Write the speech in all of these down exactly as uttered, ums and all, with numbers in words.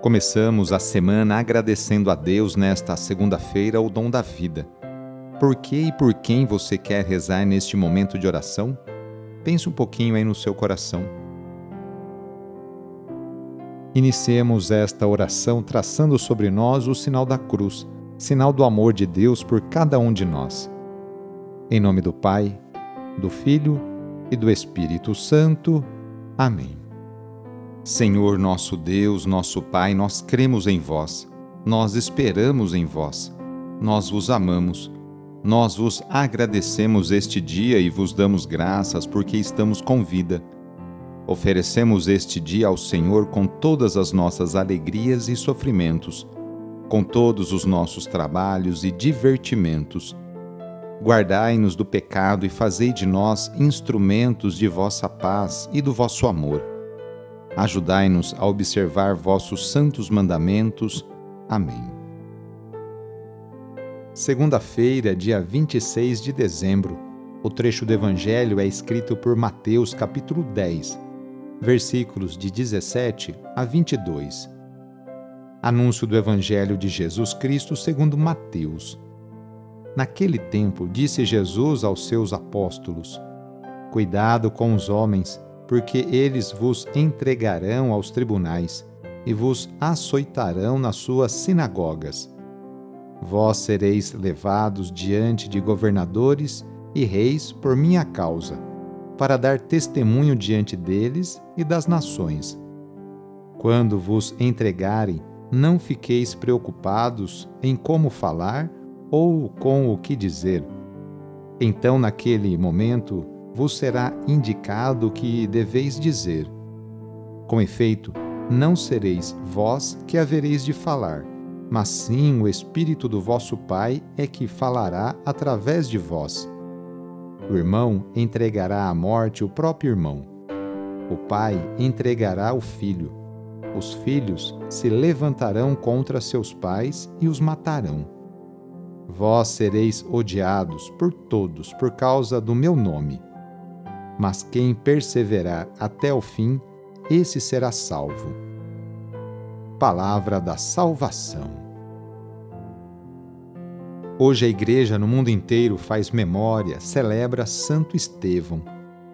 Começamos a semana agradecendo a Deus nesta segunda-feira o dom da vida. Por que e por quem você quer rezar neste momento de oração? Pense um pouquinho aí no seu coração. Iniciemos esta oração traçando sobre nós o sinal da cruz, sinal do amor de Deus por cada um de nós. Em nome do Pai, do Filho e do Espírito Santo. Amém. Senhor nosso Deus, nosso Pai, nós cremos em vós, nós esperamos em vós, nós vos amamos, nós vos agradecemos este dia e vos damos graças porque estamos com vida. Oferecemos este dia ao Senhor com todas as nossas alegrias e sofrimentos, com todos os nossos trabalhos e divertimentos. Guardai-nos do pecado e fazei de nós instrumentos de vossa paz e do vosso amor. Ajudai-nos a observar vossos santos mandamentos. Amém. Segunda-feira, dia vinte e seis de dezembro. O trecho do Evangelho é escrito por Mateus, capítulo dez, versículos de dezessete a vinte e dois. Anúncio do Evangelho de Jesus Cristo segundo Mateus. Naquele tempo, disse Jesus aos seus apóstolos: Cuidado com os homens, porque eles vos entregarão aos tribunais e vos açoitarão nas suas sinagogas. Vós sereis levados diante de governadores e reis por minha causa, para dar testemunho diante deles e das nações. Quando vos entregarem, não fiqueis preocupados em como falar ou com o que dizer. Então, naquele momento, vos será indicado o que deveis dizer. Com efeito, não sereis vós que havereis de falar, mas sim o Espírito do vosso Pai é que falará através de vós. O irmão entregará à morte o próprio irmão. O pai entregará o filho. Os filhos se levantarão contra seus pais e os matarão. Vós sereis odiados por todos por causa do meu nome. Mas quem perseverar até o fim, esse será salvo. Palavra da salvação. Hoje a Igreja no mundo inteiro faz memória, celebra Santo Estevão.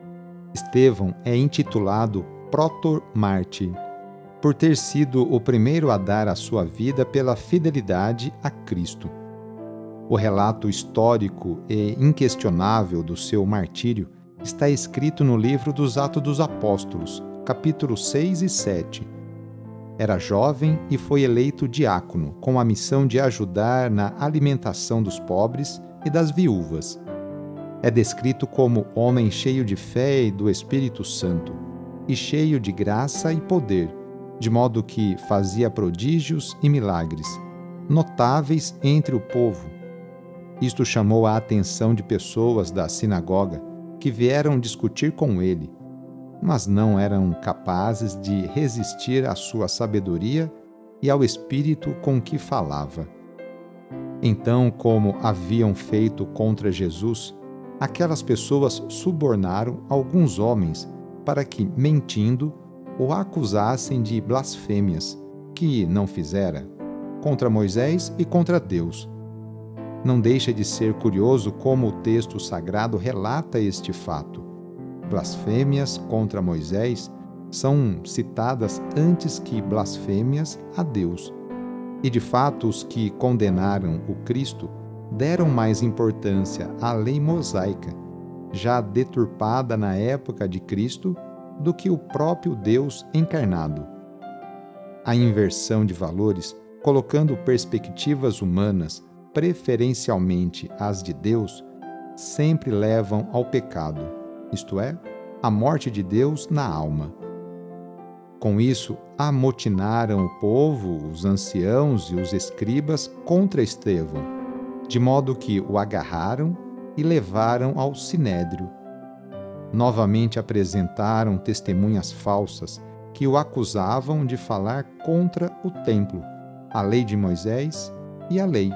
Estevão é intitulado protomártir, por ter sido o primeiro a dar a sua vida pela fidelidade a Cristo. O relato histórico e inquestionável do seu martírio está escrito no livro dos Atos dos Apóstolos, capítulos seis e sete. Era jovem e foi eleito diácono, com a missão de ajudar na alimentação dos pobres e das viúvas. É descrito como homem cheio de fé e do Espírito Santo, e cheio de graça e poder, de modo que fazia prodígios e milagres, notáveis entre o povo. Isto chamou a atenção de pessoas da sinagoga, que vieram discutir com ele, mas não eram capazes de resistir à sua sabedoria e ao espírito com que falava. Então, como haviam feito contra Jesus, aquelas pessoas subornaram alguns homens para que, mentindo, o acusassem de blasfêmias, que não fizera, contra Moisés e contra Deus. Não deixa de ser curioso como o texto sagrado relata este fato. Blasfêmias contra Moisés são citadas antes que blasfêmias a Deus. E, de fato, os que condenaram o Cristo deram mais importância à lei mosaica, já deturpada na época de Cristo, do que o próprio Deus encarnado. A inversão de valores, colocando perspectivas humanas preferencialmente as de Deus, sempre levam ao pecado, isto é, à morte de Deus na alma. Com isso, amotinaram o povo, os anciãos e os escribas contra Estevão, de modo que o agarraram e levaram ao sinédrio. Novamente apresentaram testemunhas falsas que o acusavam de falar contra o templo, a lei de Moisés e a lei.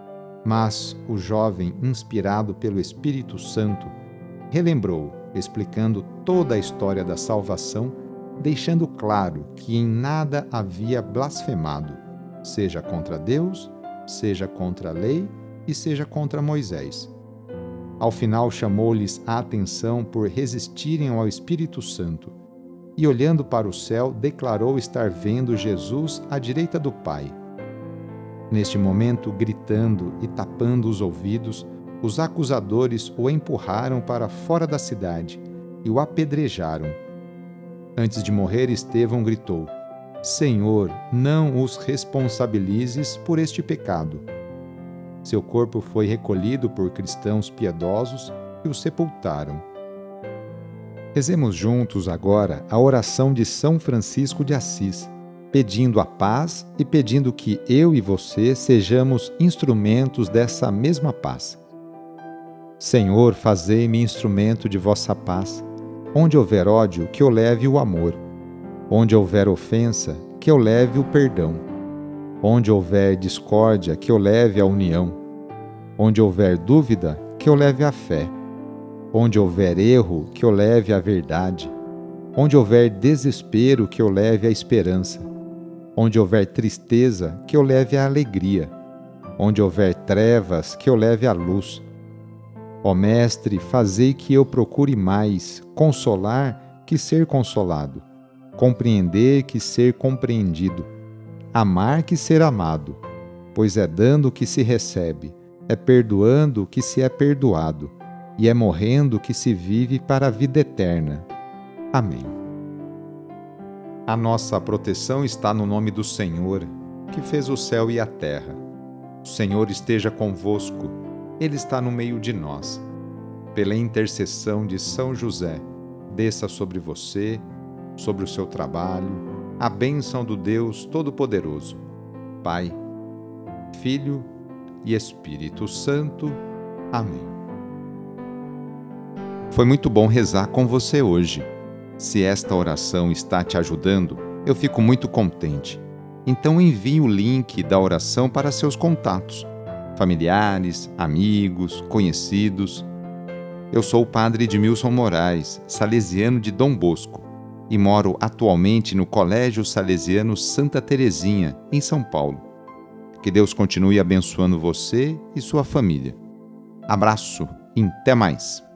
Mas o jovem, inspirado pelo Espírito Santo, relembrou, explicando toda a história da salvação, deixando claro que em nada havia blasfemado, seja contra Deus, seja contra a lei e seja contra Moisés. Ao final, chamou-lhes a atenção por resistirem ao Espírito Santo e, olhando para o céu, declarou estar vendo Jesus à direita do Pai. Neste momento, gritando e tapando os ouvidos, os acusadores o empurraram para fora da cidade e o apedrejaram. Antes de morrer, Estevão gritou: Senhor, não os responsabilizes por este pecado. Seu corpo foi recolhido por cristãos piedosos que o sepultaram. Rezemos juntos agora a oração de São Francisco de Assis, pedindo a paz e pedindo que eu e você sejamos instrumentos dessa mesma paz. Senhor, fazei-me instrumento de vossa paz. Onde houver ódio, que eu leve o amor. Onde houver ofensa, que eu leve o perdão. Onde houver discórdia, que eu leve a união. Onde houver dúvida, que eu leve a fé. Onde houver erro, que eu leve a verdade. Onde houver desespero, que eu leve a esperança. Onde houver tristeza, que eu leve a alegria. Onde houver trevas, que eu leve a luz. Ó Mestre, fazei que eu procure mais consolar que ser consolado, compreender que ser compreendido, amar que ser amado, pois é dando que se recebe, é perdoando que se é perdoado, e é morrendo que se vive para a vida eterna. Amém. A nossa proteção está no nome do Senhor, que fez o céu e a terra. O Senhor esteja convosco. Ele está no meio de nós. Pela intercessão de São José, desça sobre você, sobre o seu trabalho, a bênção do Deus Todo-Poderoso, Pai, Filho e Espírito Santo. Amém. Foi muito bom rezar com você hoje. Se esta oração está te ajudando, eu fico muito contente. Então envie o link da oração para seus contatos, familiares, amigos, conhecidos. Eu sou o padre Edmilson Moraes, salesiano de Dom Bosco, e moro atualmente no Colégio Salesiano Santa Terezinha, em São Paulo. Que Deus continue abençoando você e sua família. Abraço e até mais!